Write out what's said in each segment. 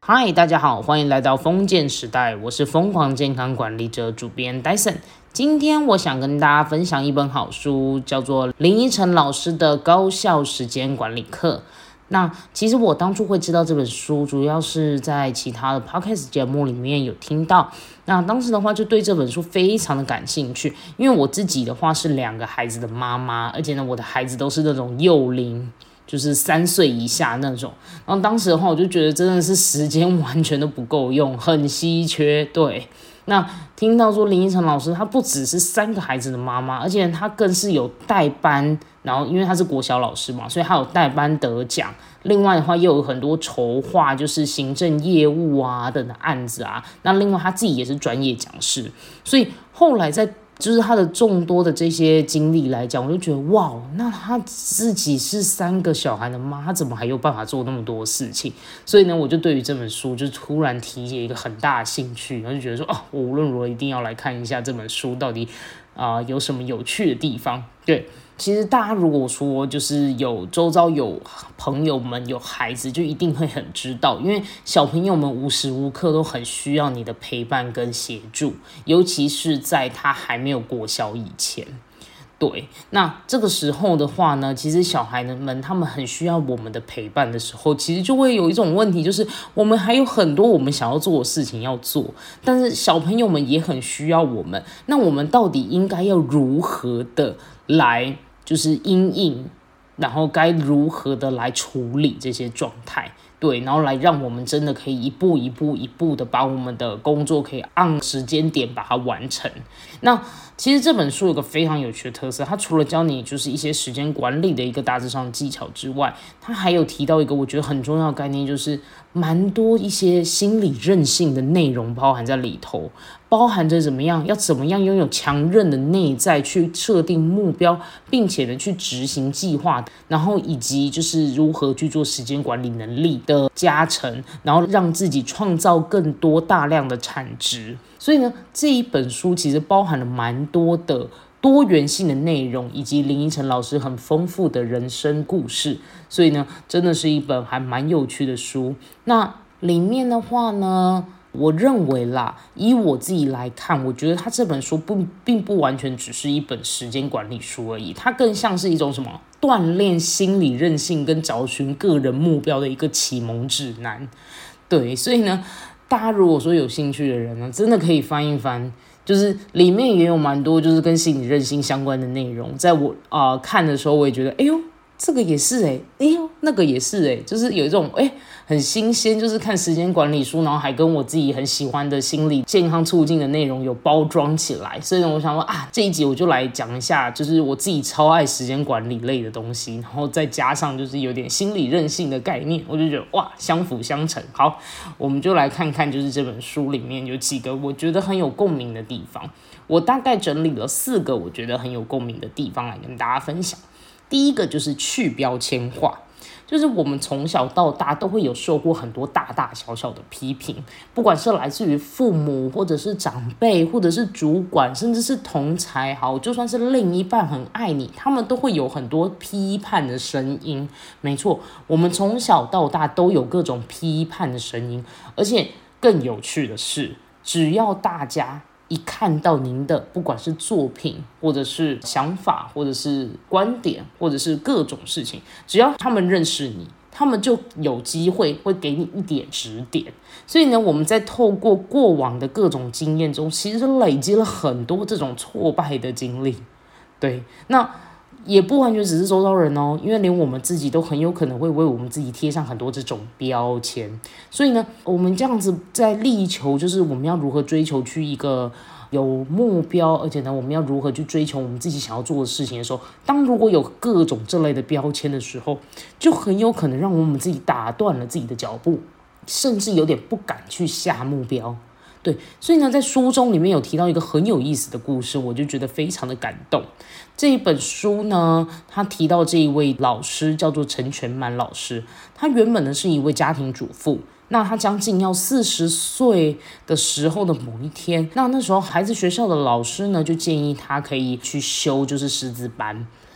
嗨，大家好，欢迎来到封建时代，我是疯狂健康管理者主编 Dyson。今天我想跟大家分享一本好书，叫做林依晨老师的高效时间管理课。那其实我当初会知道这本书，主要是在其他的 podcast 节目里面有听到。那当时的话就对这本书非常的感兴趣，因为我自己的话是2个孩子的妈妈，而且呢我的孩子都是那种幼龄，就是3岁以下那种。然后当时的话我就觉得真的是时间完全都不够用，很稀缺。对，那听到说林依晨老师他不只是3个孩子的妈妈，而且他更是有带班，然后因为他是国小老师嘛，所以他有带班得奖。另外的话又有很多筹划，就是行政业务啊等的案子啊。那另外他自己也是专业讲师，所以后来在就是他的众多的这些经历来讲，我就觉得哇，那他自己是3个小孩的妈，他怎么还有办法做那么多事情？所以呢，我就对于这本书就突然提起一个很大的兴趣，然后就觉得说，我无论如何一定要来看一下这本书到底有什么有趣的地方。对，其实大家如果说就是有周遭有朋友们有孩子，就一定会很知道，因为小朋友们无时无刻都很需要你的陪伴跟协助，尤其是在他还没有国小以前。对，那这个时候的话呢，其实小孩们他们很需要我们的陪伴的时候，其实就会有一种问题，就是我们还有很多我们想要做的事情要做，但是小朋友们也很需要我们，那我们到底应该要如何的来就是因应，然后该如何的来处理这些状态？对，然后来让我们真的可以一步一步的把我们的工作可以按时间点把它完成。那其实这本书有个非常有趣的特色，它除了教你就是一些时间管理的一个大致上的技巧之外，它还有提到一个我觉得很重要的概念，就是蛮多一些心理韧性的内容包含在里头，包含着怎么样拥有强韧的内在去设定目标，并且呢去执行计划，然后以及就是如何去做时间管理能力的加成，然后让自己创造更多大量的产值。所以呢，这一本书其实包含了蛮多的多元性的内容，以及林依晨老师很丰富的人生故事，所以呢，真的是一本还蛮有趣的书。那里面的话呢，我认为啦，以我自己来看，我觉得它这本书并不完全只是一本时间管理书而已，它更像是一种什么锻炼心理韧性跟找寻个人目标的一个启蒙指南。对，所以呢，大家如果说有兴趣的人呢，真的可以翻一翻，就是里面也有蛮多就是跟心理韧性相关的内容。在我看的时候，我也觉得，哎呦，这个也是哎呦，那个也是就是有一种很新鲜，就是看时间管理书，然后还跟我自己很喜欢的心理健康促进的内容有包装起来。所以呢，我想说这一集我就来讲一下，就是我自己超爱时间管理类的东西，然后再加上就是有点心理韧性的概念，我就觉得哇，相辅相成。好，我们就来看看，就是这本书里面有几个我觉得很有共鸣的地方。我大概整理了4个我觉得很有共鸣的地方来跟大家分享。第一个就是去标签化，就是我们从小到大都会有受过很多大大小小的批评，不管是来自于父母，或者是长辈，或者是主管，甚至是同侪，好，就算是另一半很爱你，他们都会有很多批判的声音。没错，我们从小到大都有各种批判的声音，而且更有趣的是，只要大家一看到您的不管是作品或者是想法或者是观点或者是各种事情，只要他们认识你，他们就有机会会给你一点指点。所以呢，我们在透过过往的各种经验中，其实累积了很多这种挫败的经历。对，那也不完全只是周遭人哦，因为连我们自己都很有可能会为我们自己贴上很多这种标签。所以呢，我们这样子在力求，就是我们要如何追求去一个有目标，而且呢，我们要如何去追求我们自己想要做的事情的时候，当如果有各种这类的标签的时候，就很有可能让我们自己打断了自己的脚步，甚至有点不敢去下目标。对，所以呢，在书中里面有提到一个很有意思的故事，我就觉得非常的感动。这一本书呢，他提到这一位老师叫做陈全满老师，他原本呢是一位家庭主妇。那他将近要40岁的时候的某一天，那时候孩子学校的老师呢就建议他可以去修就是识字班。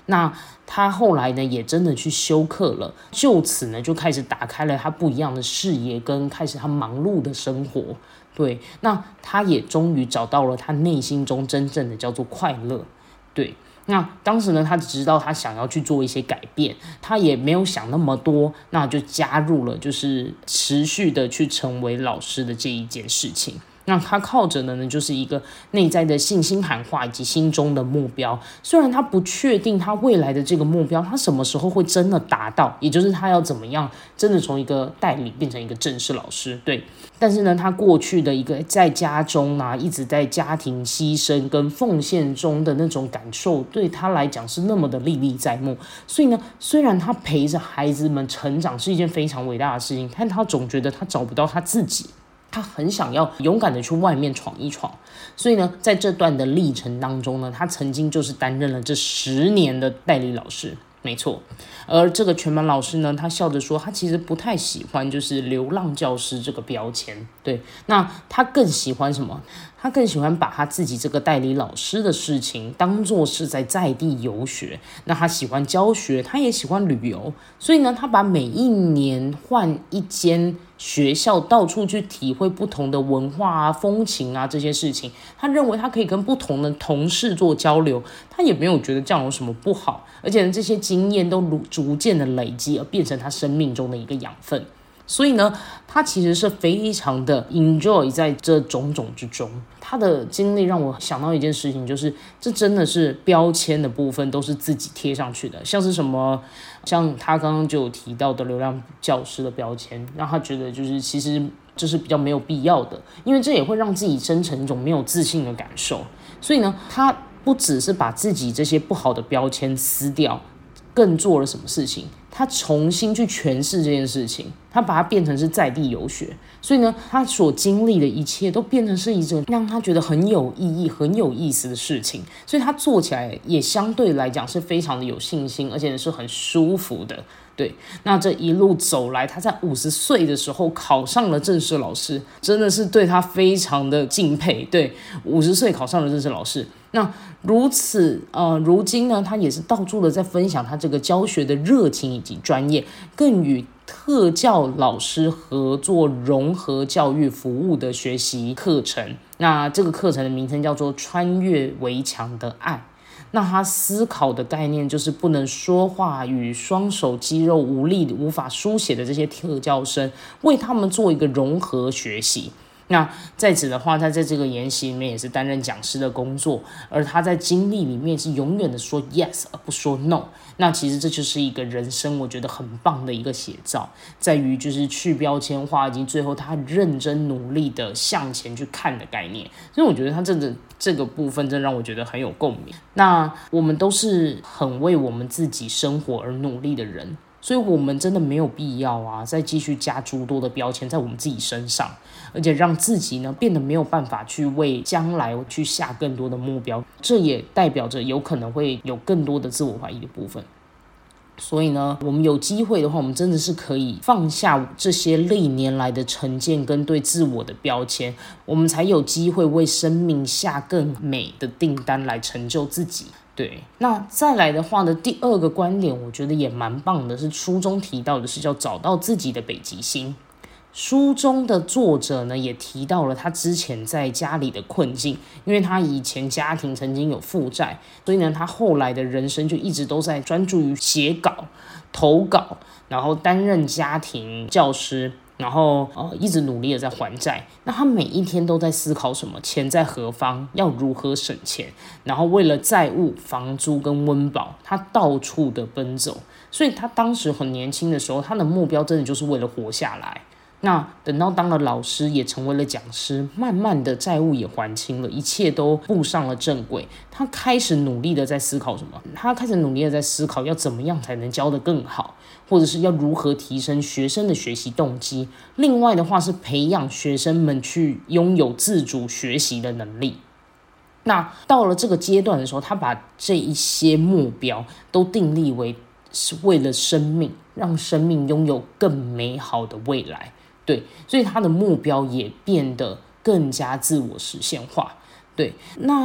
那他后来呢，也真的去修课了，就此呢，就开始打开了他不一样的视野，跟开始他忙碌的生活。对，那他也终于找到了他内心中真正的叫做快乐。对，那当时呢，他只知道他想要去做一些改变，他也没有想那么多，那就加入了就是持续的去成为老师的这一件事情。那他靠着的呢，就是一个内在的信心喊话以及心中的目标。虽然他不确定他未来的这个目标，他什么时候会真的达到，也就是他要怎么样真的从一个代理变成一个正式老师，对。但是呢，他过去的一个在家中啊，一直在家庭牺牲跟奉献中的那种感受，对他来讲是那么的历历在目。所以呢，虽然他陪着孩子们成长是一件非常伟大的事情，但他总觉得他找不到他自己。他很想要勇敢的去外面闯一闯，所以呢，在这段的历程当中呢，他曾经就是担任了这10年的代理老师，没错。而这个全班老师呢，他笑着说，他其实不太喜欢就是流浪教师这个标签，对，那他更喜欢什么？他更喜欢把他自己这个代理老师的事情当作是在地游学。那他喜欢教学，他也喜欢旅游，所以呢，他把每一年换一间学校，到处去体会不同的文化啊、风情啊这些事情。他认为他可以跟不同的同事做交流，他也没有觉得这样有什么不好，而且这些经验都逐渐的累积，而变成他生命中的一个养分。所以呢，他其实是非常的 enjoy 在这种种之中。他的经历让我想到一件事情，就是这真的是标签的部分都是自己贴上去的，像是什么，像他刚刚就有提到的流浪教师的标签，让他觉得就是其实这是比较没有必要的，因为这也会让自己生成一种没有自信的感受。所以呢，他不只是把自己这些不好的标签撕掉，更做了什么事情？他重新去诠释这件事情，他把它变成是在地游学，所以呢，他所经历的一切都变成是一种让他觉得很有意义、很有意思的事情，所以他做起来也相对来讲是非常的有信心，而且是很舒服的。对，那这一路走来，他在50岁的时候考上了正式老师，真的是对他非常的敬佩。对，50岁考上了正式老师，那如今呢，他也是到处的在分享他这个教学的热情以及专业，更与特教老师合作融合教育服务的学习课程。那这个课程的名称叫做《穿越围墙的爱》。那他思考的概念就是不能说话与双手肌肉无力无法书写的这些特教生，为他们做一个融合学习。那在此的话，他在这个研习里面也是担任讲师的工作，而他在经历里面是永远的说 yes 而不说 no。那其实这就是一个人生我觉得很棒的一个写照，在于就是去标签化，以及最后他认真努力的向前去看的概念。所以我觉得他这个部分真让我觉得很有共鸣。那我们都是很为我们自己生活而努力的人，所以我们真的没有必要啊，再继续加诸多的标签在我们自己身上，而且让自己呢变得没有办法去为将来去下更多的目标，这也代表着有可能会有更多的自我怀疑的部分。所以呢，我们有机会的话，我们真的是可以放下这些历年来的成见跟对自我的标签，我们才有机会为生命下更美的订单来成就自己。对，那再来的话呢，第二个观点我觉得也蛮棒的，是书中提到的是叫找到自己的北极星。书中的作者呢也提到了他之前在家里的困境，因为他以前家庭曾经有负债，所以呢他后来的人生就一直都在专注于写稿、投稿，然后担任家庭教师，然后一直努力的在还债。那他每一天都在思考什么？钱在何方？要如何省钱？然后为了债务、房租跟温饱，他到处的奔走。所以他当时很年轻的时候，他的目标真的就是为了活下来。那等到当了老师，也成为了讲师，慢慢的债务也还清了，一切都步上了正轨。他开始努力的在思考什么？他开始努力的在思考要怎么样才能教得更好，或者是要如何提升学生的学习动机。另外的话是培养学生们去拥有自主学习的能力。那到了这个阶段的时候，他把这一些目标都订立为是为了生命，让生命拥有更美好的未来。对，所以他的目标也变得更加自我实现化。对，那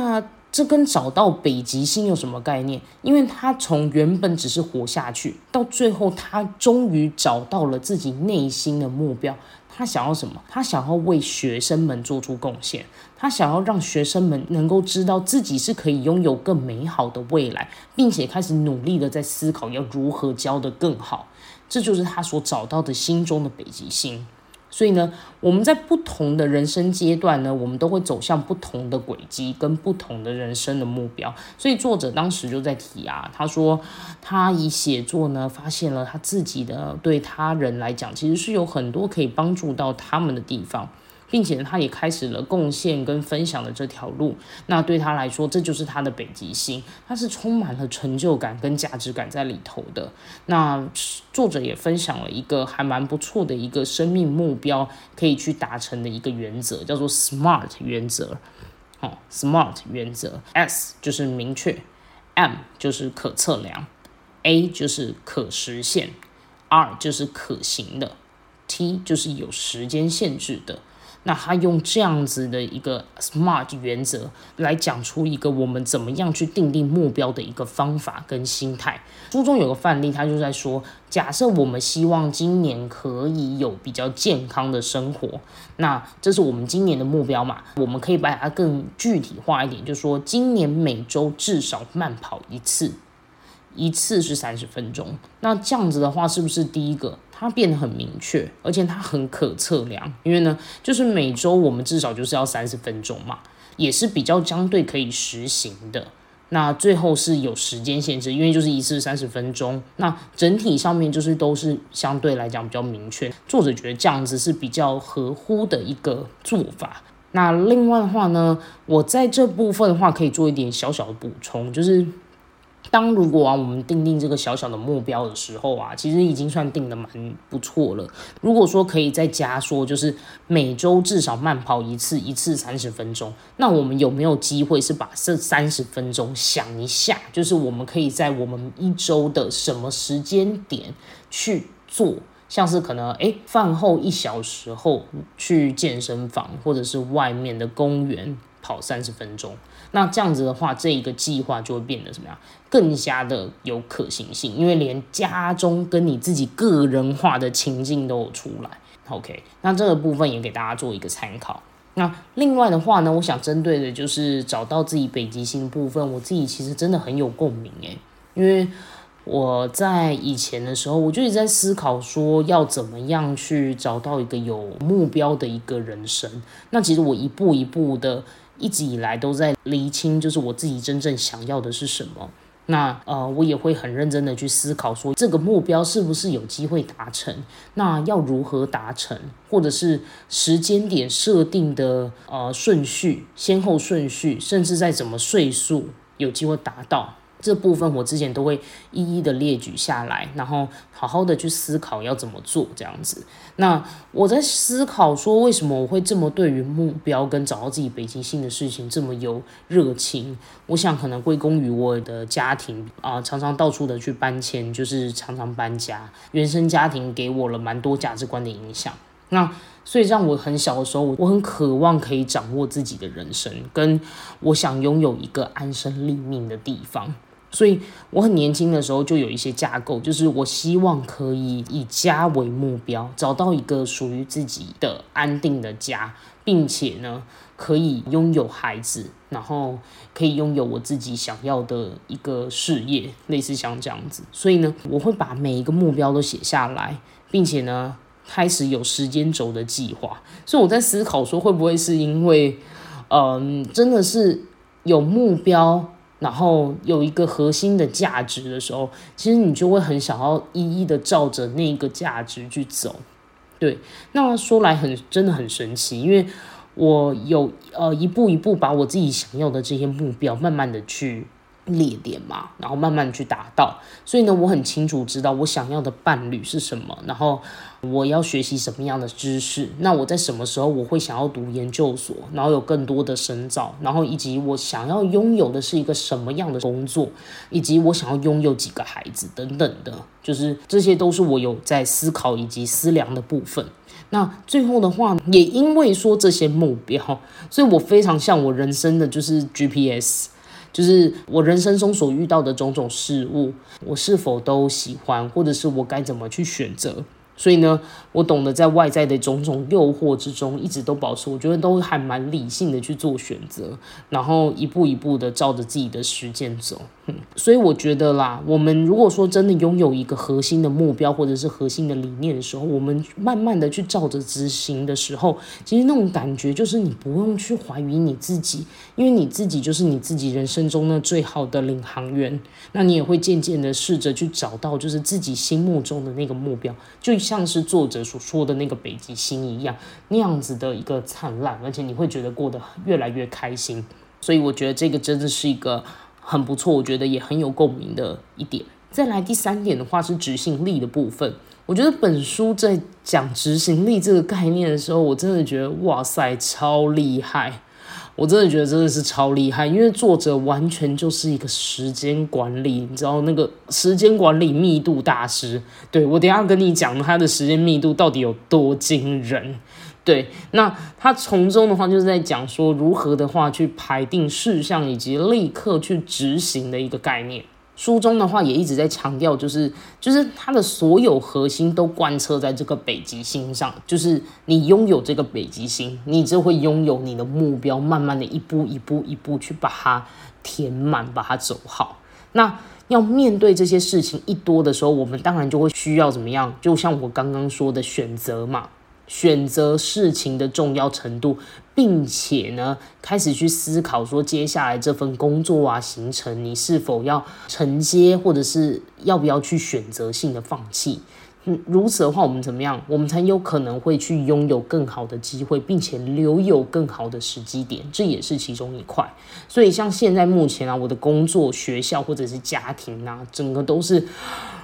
这跟找到北极星有什么概念？因为他从原本只是活下去，到最后他终于找到了自己内心的目标。他想要什么？他想要为学生们做出贡献，他想要让学生们能够知道自己是可以拥有更美好的未来，并且开始努力的在思考要如何教得更好。这就是他所找到的心中的北极星。所以呢，我们在不同的人生阶段呢，我们都会走向不同的轨迹跟不同的人生的目标。所以作者当时就在提他说他以写作呢，发现了他自己的对他人来讲，其实是有很多可以帮助到他们的地方。并且他也开始了贡献跟分享的这条路。那对他来说，这就是他的北极星，他是充满了成就感跟价值感在里头的。那作者也分享了一个还蛮不错的一个生命目标可以去达成的一个原则，叫做 SMART 原则。SMART 原则 S 就是明确， M 就是可测量， A 就是可实现， R 就是可行的， T 就是有时间限制的。那他用这样子的一个 SMART 原则来讲出一个我们怎么样去订定目标的一个方法跟心态。书中有个范例，他就在说，假设我们希望今年可以有比较健康的生活，那这是我们今年的目标嘛，我们可以把它更具体化一点，就是说今年每周至少慢跑一次是30分钟。那这样子的话，是不是第一个它变得很明确，而且它很可测量？因为呢，就是每周我们至少就是要30分钟嘛，也是比较相对可以实行的。那最后是有时间限制，因为就是一次30分钟，那整体上面就是都是相对来讲比较明确。作者觉得这样子是比较合乎的一个做法。那另外的话呢，我在这部分的话可以做一点小小的补充，就是如果我们定这个小小的目标的时候其实已经算定的蛮不错了。如果说可以再加说，就是每周至少慢跑一次30分钟，那我们有没有机会是把这30分钟想一下，就是我们可以在我们一周的什么时间点去做？像是可能饭后1小时后去健身房，或者是外面的公园跑30分钟。那这样子的话，这一个计划就会变得怎么样？更加的有可行性，因为连家中跟你自己个人化的情境都有出来。OK， 那这个部分也给大家做一个参考。那另外的话呢，我想针对的就是找到自己北极星的部分，我自己其实真的很有共鸣因为我在以前的时候，我就一直在思考说要怎么样去找到一个有目标的一个人生。那其实我一步一步的一直以来都在厘清，就是我自己真正想要的是什么。那我也会很认真的去思考说，这个目标是不是有机会达成，那要如何达成，或者是时间点设定的顺序、先后顺序，甚至在怎么岁数有机会达到。这部分我之前都会一一的列举下来，然后好好的去思考要怎么做这样子。那我在思考说，为什么我会这么对于目标跟找到自己北极星的事情这么有热情？我想可能归功于我的家庭常常到处的去搬迁，就是常常搬家。原生家庭给我了蛮多价值观的影响。那所以让我很小的时候，我很渴望可以掌握自己的人生，跟我想拥有一个安身立命的地方。所以我很年轻的时候就有一些架构，就是我希望可以以家为目标，找到一个属于自己的安定的家，并且呢可以拥有孩子，然后可以拥有我自己想要的一个事业，类似像这样子。所以呢，我会把每一个目标都写下来，并且呢开始有时间轴的计划。所以我在思考说，会不会是因为真的是有目标，然后有一个核心的价值的时候，其实你就会很想要一一的照着那个价值去走。对，那说来真的很神奇，因为我有一步一步把我自己想要的这些目标慢慢的去列点嘛，然后慢慢去达到。所以呢，我很清楚知道我想要的伴侣是什么，然后我要学习什么样的知识，那我在什么时候我会想要读研究所，然后有更多的深造，然后以及我想要拥有的是一个什么样的工作，以及我想要拥有几个孩子等等的，就是这些都是我有在思考以及思量的部分。那最后的话，也因为说这些目标，所以我非常像我人生的就是 GPS。 就是我人生中所遇到的种种事物，我是否都喜欢，或者是我该怎么去选择。所以呢，我懂得在外在的种种诱惑之中，一直都保持，我觉得都还蛮理性的去做选择，然后一步一步的照着自己的实践走。所以我觉得啦，我们如果说真的拥有一个核心的目标或者是核心的理念的时候，我们慢慢的去照着执行的时候，其实那种感觉就是你不用去怀疑你自己，因为你自己就是你自己人生中的最好的领航员。那你也会渐渐的试着去找到就是自己心目中的那个目标，就像是作者所说的那个北极星一样，那样子的一个灿烂，而且你会觉得过得越来越开心。所以我觉得这个真的是一个很不错，我觉得也很有共鸣的一点。再来第3点的话是执行力的部分。我觉得本书在讲执行力这个概念的时候，我真的觉得哇塞，超厉害！我真的觉得真的是超厉害，因为作者完全就是一个时间管理，你知道那个时间管理密度大师。对，我等一下跟你讲他的时间密度到底有多惊人。对，那他从中的话就是在讲说如何的话去排定事项以及立刻去执行的一个概念。书中的话也一直在强调，就是它的所有核心都贯彻在这个北极星上，就是你拥有这个北极星，你就会拥有你的目标，慢慢的一步一步一步去把它填满，把它走好。那要面对这些事情一多的时候，我们当然就会需要怎么样？就像我刚刚说的选择嘛。选择事情的重要程度，并且呢，开始去思考说，接下来这份工作啊、行程，你是否要承接，或者是要不要去选择性的放弃。如此的话，我们怎么样？我们才有可能会去拥有更好的机会，并且留有更好的时机点，这也是其中一块。所以，像现在目前啊，我的工作、学校或者是家庭啊，整个都是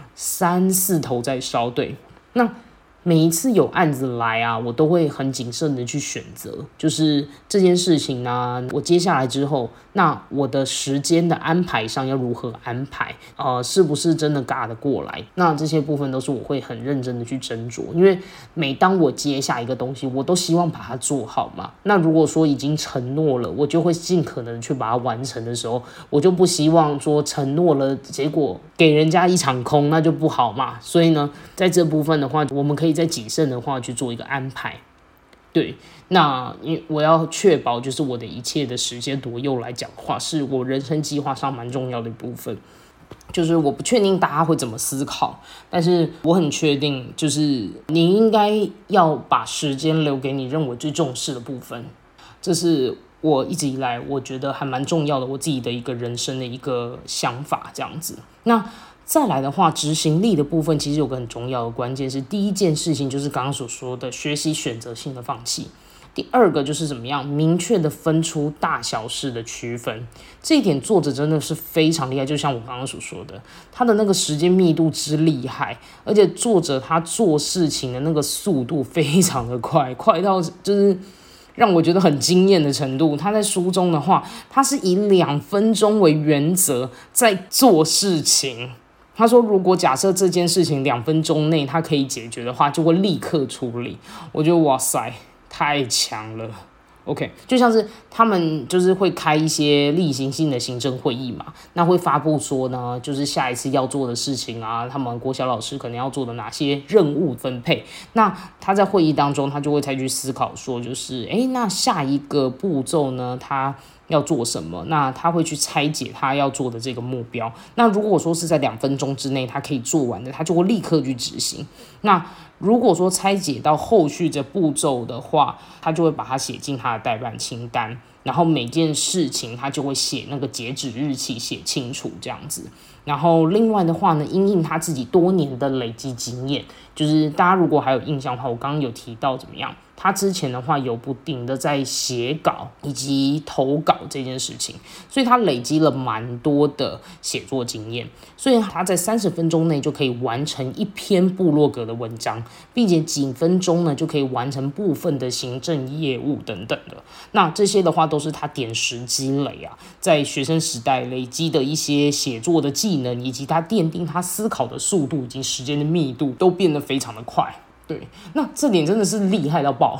3、4头在烧。对，那每一次有案子来啊，我都会很谨慎的去选择，就是这件事情啊，我接下来之后，那我的时间的安排上要如何安排？是不是真的嘎得过来？那这些部分都是我会很认真的去斟酌，因为每当我接下一个东西，我都希望把它做好嘛。那如果说已经承诺了，我就会尽可能去把它完成的时候，我就不希望说承诺了，结果给人家一场空，那就不好嘛。所以呢，在这部分的话，我们可以在谨慎的话去做一个安排。对，那因为我要确保就是我的一切的时间左右来讲的话，是我人生计划上蛮重要的一部分。就是我不确定大家会怎么思考，但是我很确定，就是你应该要把时间留给你认为最重视的部分。这是我一直以来我觉得还蛮重要的，我自己的一个人生的一个想法这样子。那再来的话，执行力的部分其实有个很重要的关键是，第一件事情就是刚刚所说的学习选择性的放弃。第二个就是怎么样明确的分出大小事的区分，这一点作者真的是非常厉害，就像我刚刚所说的，他的那个时间密度之厉害，而且作者他做事情的那个速度非常的快，快到就是让我觉得很惊艳的程度。他在书中的话，他是以2分钟为原则在做事情。他说，如果假设这件事情2分钟内他可以解决的话，就会立刻处理。我觉得哇塞，太强了。OK， 就像是他们就是会开一些例行性的行政会议嘛，那会发布说呢，就是下一次要做的事情啊，他们国小老师可能要做的哪些任务分配。那他在会议当中，他就会再去思考说，就是那下一个步骤呢，他要做什么？那他会去拆解他要做的这个目标。那如果说是在2分钟之内他可以做完的，他就会立刻去执行。那如果说拆解到后续的步骤的话，他就会把它写进他的待办清单，然后每件事情他就会写那个截止日期，写清楚这样子。然后另外的话呢，因应他自己多年的累积经验，就是大家如果还有印象的话，我刚刚有提到怎么样，他之前的话有不停的在写稿以及投稿这件事情，所以他累积了蛮多的写作经验，所以他在30分钟内就可以完成1篇部落格的文章，并且几分钟呢就可以完成部分的行政业务等等的。那这些的话都是他点石积累啊，在学生时代累积的一些写作的技能，以及他奠定他思考的速度以及时间的密度都变得非常的快。对，那这点真的是厉害到爆，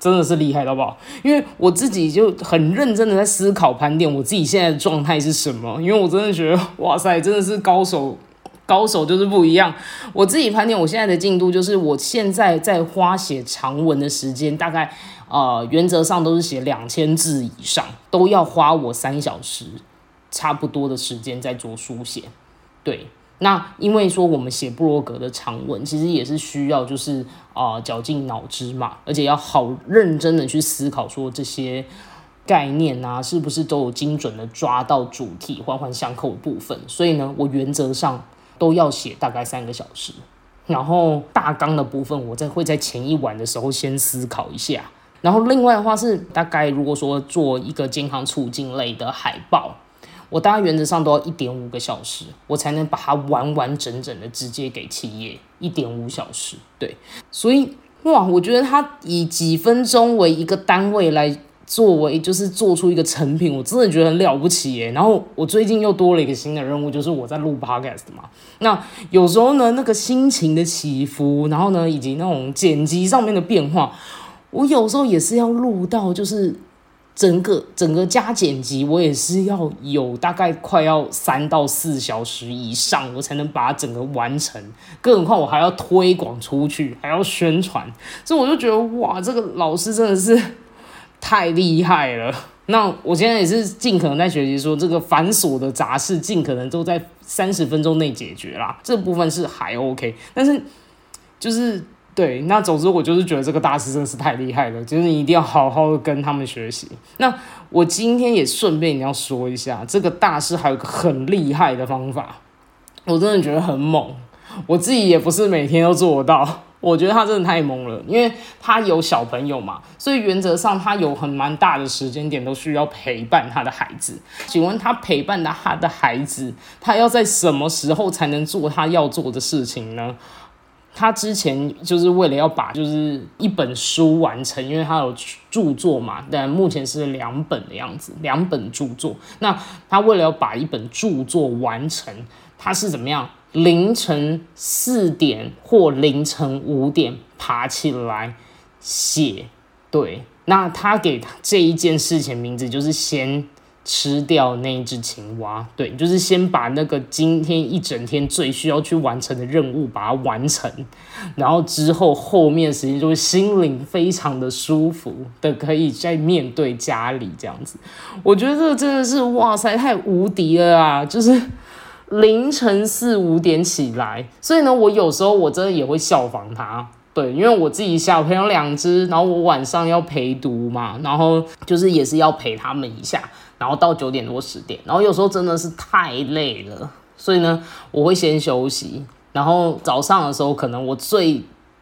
真的是厉害到爆！因为我自己就很认真的在思考盘点我自己现在的状态是什么，因为我真的觉得哇塞，真的是高手就是不一样。我自己盘点我现在的进度，就是我现在在花写长文的时间，大概原则上都是写2000字以上，都要花我3小时差不多的时间在做书写。对，那因为说我们写部落格的长文，其实也是需要就是绞尽脑汁嘛，而且要好认真的去思考说这些概念啊，是不是都有精准的抓到主题，环环相扣的部分。所以呢，我原则上都要写大概3个小时，然后大纲的部分我会在前一晚的时候先思考一下。然后另外的话是大概如果说做一个健康促进类的海报，我大概原则上都要1.5个小时，我才能把它完完整整的直接给企业1.5小时。对，所以哇，我觉得它以几分钟为一个单位来作为就是做出一个成品，我真的觉得很了不起耶。然后我最近又多了一个新的任务，就是我在录 podcast 嘛。那有时候呢，那个心情的起伏，然后呢，以及那种剪辑上面的变化，我有时候也是要录到，就是整个加剪辑，我也是要有大概快要3到4小时以上，我才能把它整个完成。更何况我还要推广出去，还要宣传，所以我就觉得哇，这个老师真的是太厉害了。那我现在也是尽可能在学习说，这个繁琐的杂事尽可能都在30分钟内解决啦，这部分是还 OK， 但是就是对，那总之我就是觉得这个大师真的是太厉害了，就是你一定要好好的跟他们学习。那我今天也顺便要说一下，这个大师还有一个很厉害的方法，我真的觉得很猛，我自己也不是每天都做得到。我觉得他真的太猛了，因为他有小朋友嘛，所以原则上他有蛮大的时间点都需要陪伴他的孩子。请问他陪伴他的孩子，他要在什么时候才能做他要做的事情呢？他之前就是为了要把就是一本书完成，因为他有著作嘛，但目前是2本的样子，2本著作。那他为了要把一本著作完成，他是怎么样？凌晨4点或凌晨5点爬起来写。对，那他给这一件事情名字就是先吃掉那一只青蛙。对，就是先把那个今天一整天最需要去完成的任务把它完成，然后之后后面的时间就会心灵非常的舒服的可以再面对家里这样子。我觉得这个真的是哇塞，太无敌了啊！就是凌晨4、5点起来，所以呢，我有时候我真的也会效仿他。对，因为我自己小朋友2只，然后我晚上要陪读嘛，然后就是也是要陪他们一下，然后到9点多10点，然后有时候真的是太累了，所以呢，我会先休息，然后早上的时候可能我最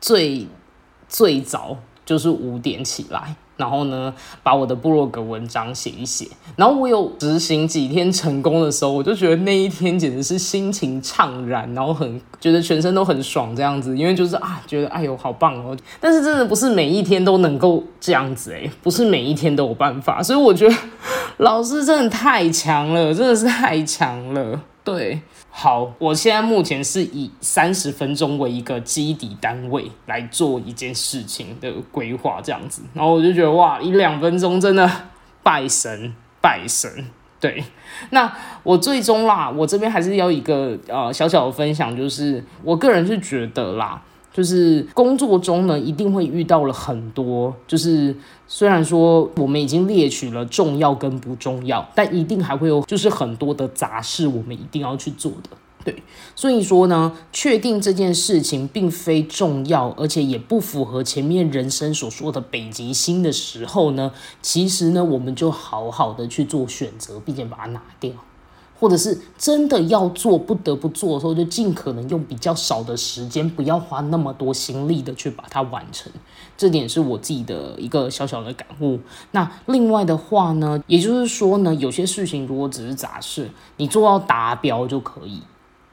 早就是5点起来。然后呢，把我的部落格文章写一写，然后我有执行几天成功的时候，我就觉得那一天简直是心情怅然，然后觉得全身都很爽这样子，因为就是觉得哎呦好棒哦，但是真的不是每一天都能够这样子不是每一天都有办法，所以我觉得老师真的太强了，真的是太强了。对，好，我现在目前是以30分钟为一个基底单位来做一件事情的规划，这样子，然后我就觉得哇，1-2分钟真的拜神。对，那我最终啦，我这边还是要一个小小的分享，就是我个人是觉得啦。就是工作中呢，一定会遇到了很多，就是虽然说我们已经列举了重要跟不重要，但一定还会有就是很多的杂事我们一定要去做的。对，所以说呢，确定这件事情并非重要，而且也不符合前面人生所说的北极星的时候呢，其实呢，我们就好好的去做选择，并且把它拿掉。或者是真的要做不得不做的时候，就尽可能用比较少的时间，不要花那么多心力的去把它完成。这点是我自己的一个小小的感悟。那另外的话呢，也就是说呢，有些事情如果只是杂事，你做到达标就可以，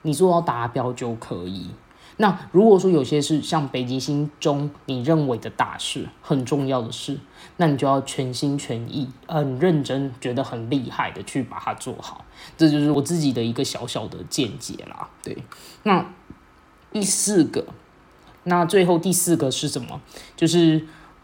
那如果说有些是像北极星中你认为的大事，很重要的事，那你就要全心全意、很认真、觉得很厉害的去把它做好。这就是我自己的一个小小的见解啦。对，那最后第四个是什么？就是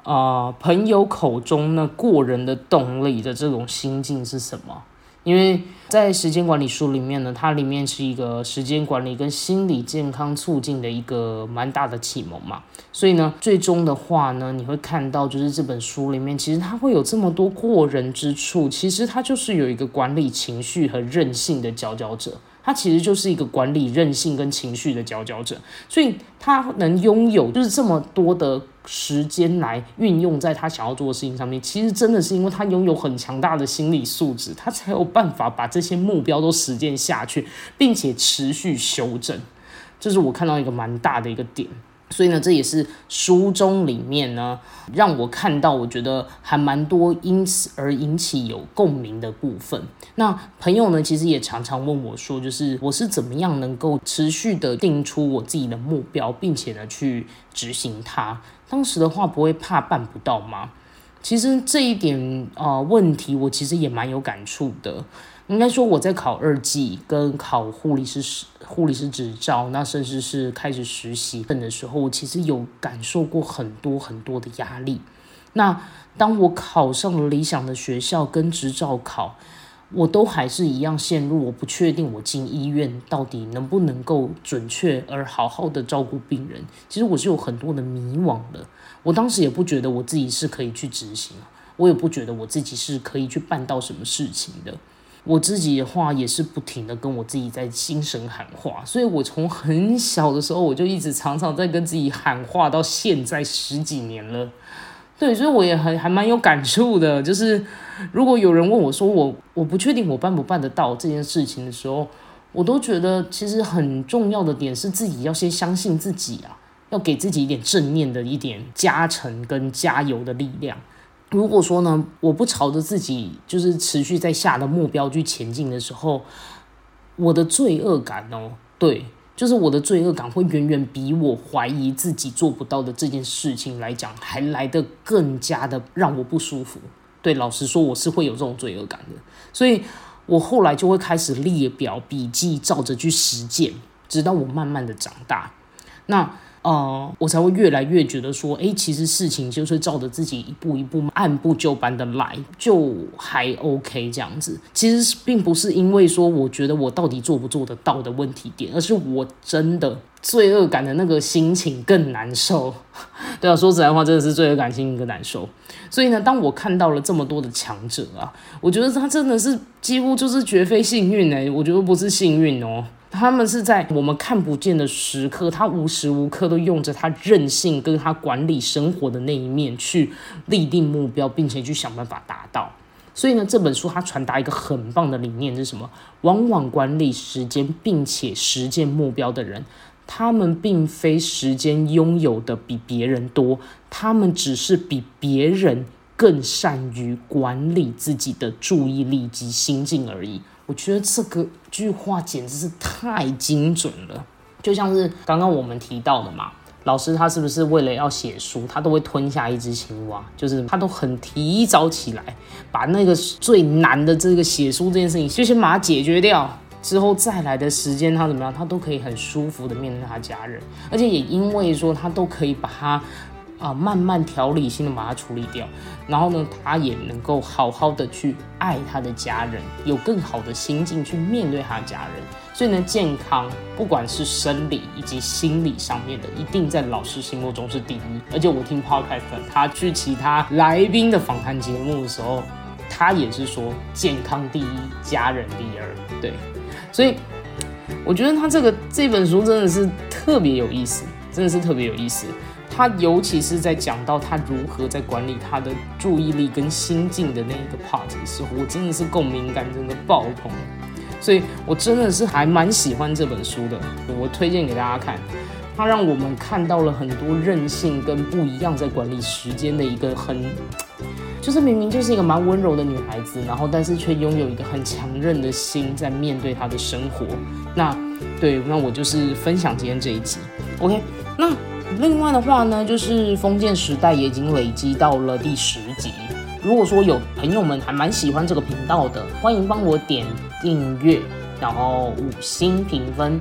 朋友口中那过人的动力的这种心境是什么？因为在时间管理书里面呢，它里面是一个时间管理跟心理健康促进的一个蛮大的启蒙嘛，所以呢，最终的话呢，你会看到就是这本书里面，其实它会有这么多过人之处，其实它就是有一个管理情绪和韧性的佼佼者。他其实就是一个管理韧性跟情绪的佼佼者，所以他能拥有就是这么多的时间来运用在他想要做的事情上面，其实真的是因为他拥有很强大的心理素质，他才有办法把这些目标都实践下去，并且持续修正。这是我看到一个蛮大的一个点。所以呢，这也是书中里面呢，让我看到我觉得还蛮多因此而引起有共鸣的部分。那朋友呢，其实也常常问我说，就是我是怎么样能够持续的定出我自己的目标，并且呢去执行它。当时的话不会怕办不到吗？其实这一点问题，我其实也蛮有感触的。应该说我在考2技跟考护理师执照，那甚至是开始实习的时候，我其实有感受过很多很多的压力。那当我考上了理想的学校跟执照考，我都还是一样陷入我不确定我进医院到底能不能够准确而好好的照顾病人。其实我是有很多的迷惘的。我当时也不觉得我自己是可以去执行，我也不觉得我自己是可以去办到什么事情的。我自己的话也是不停的跟我自己在心神喊话，所以我从很小的时候我就一直常常在跟自己喊话，到现在10几年了。对，所以我也还蛮有感触的，就是如果有人问我说我不确定我办不办得到这件事情的时候，我都觉得其实很重要的点是自己要先相信自己啊，要给自己一点正面的一点加成跟加油的力量。如果说呢，我不朝着自己就是持续在下的目标去前进的时候，我的罪恶感对，就是我的罪恶感会远远比我怀疑自己做不到的这件事情来讲，还来得更加的让我不舒服。对，老实说，我是会有这种罪恶感的，所以我后来就会开始列表笔记，照着去实践，直到我慢慢的长大。那我才会越来越觉得说，其实事情就是照着自己一步一步按部就班的来，就还 OK 这样子。其实并不是因为说我觉得我到底做不做得到的问题点，而是我真的罪恶感的那个心情更难受。对啊，说实在话，真的是罪恶感心情更难受。所以呢，当我看到了这么多的强者啊，我觉得他真的是几乎就是绝非幸运我觉得不是幸运他们是在我们看不见的时刻，他无时无刻都用着他韧性跟他管理生活的那一面去立定目标，并且去想办法达到。所以呢，这本书它传达一个很棒的理念是什么？往往管理时间并且实践目标的人，他们并非时间拥有的比别人多，他们只是比别人更善于管理自己的注意力及心境而已。我觉得这个句话简直是太精准了，就像是刚刚我们提到的嘛，老师他是不是为了要写书，他都会吞下一只青蛙，就是他都很提早起来，把那个最难的这个写书这件事情就先把它解决掉，之后再来的时间他怎么样，他都可以很舒服的面对他家人，而且也因为说他都可以把他慢慢条理性的把它处理掉，然后呢，他也能够好好的去爱他的家人，有更好的心境去面对他的家人。所以呢，健康不管是生理以及心理上面的，一定在老师心目中是第一。而且我听 podcast 他去其他来宾的访谈节目的时候，他也是说健康第一，家人第二。对，所以我觉得他这本书真的是特别有意思，真的是特别有意思。他尤其是在讲到他如何在管理他的注意力跟心境的那一个 part 的时候，我真的是共鸣感真的爆棚，所以我真的是还蛮喜欢这本书的，我推荐给大家看。它让我们看到了很多韧性跟不一样在管理时间的一个就是明明就是一个蛮温柔的女孩子，然后但是却拥有一个很强韧的心在面对她的生活。那我就是分享今天这一集 OK。 那另外的话呢，就是封建时代也已经累积到了第10集。如果说有朋友们还蛮喜欢这个频道的，欢迎帮我点订阅，然后5星评分。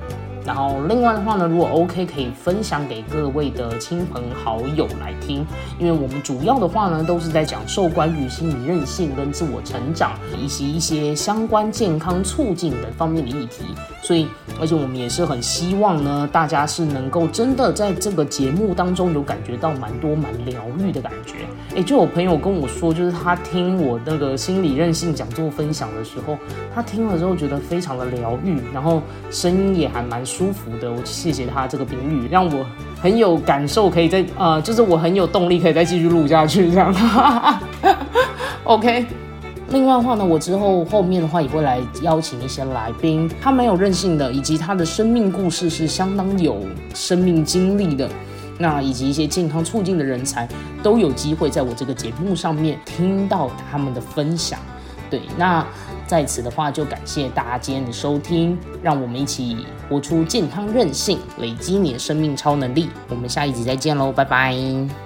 然后另外的话呢，如果 OK 可以分享给各位的亲朋好友来听，因为我们主要的话呢都是在讲授关于心理韧性跟自我成长以及一些相关健康促进的方面的议题，所以而且我们也是很希望呢大家是能够真的在这个节目当中有感觉到蛮疗愈的感觉。就有朋友跟我说，就是他听我那个心理韧性讲座分享的时候，他听了之后觉得非常的疗愈，然后声音也还蛮舒服的。我谢谢他这个评语，让我很有感受，可以再就是我很有动力可以再继续录下去这样。OK。另外的话呢，我之后面的话也会来邀请一些来宾，他蛮有韧性的，以及他的生命故事是相当有生命经历的，那以及一些健康促进的人才都有机会在我这个节目上面听到他们的分享。对，那在此的话就感谢大家今天的收听，让我们一起活出健康韧性，累积你的生命超能力。我们下一集再见喽，拜拜。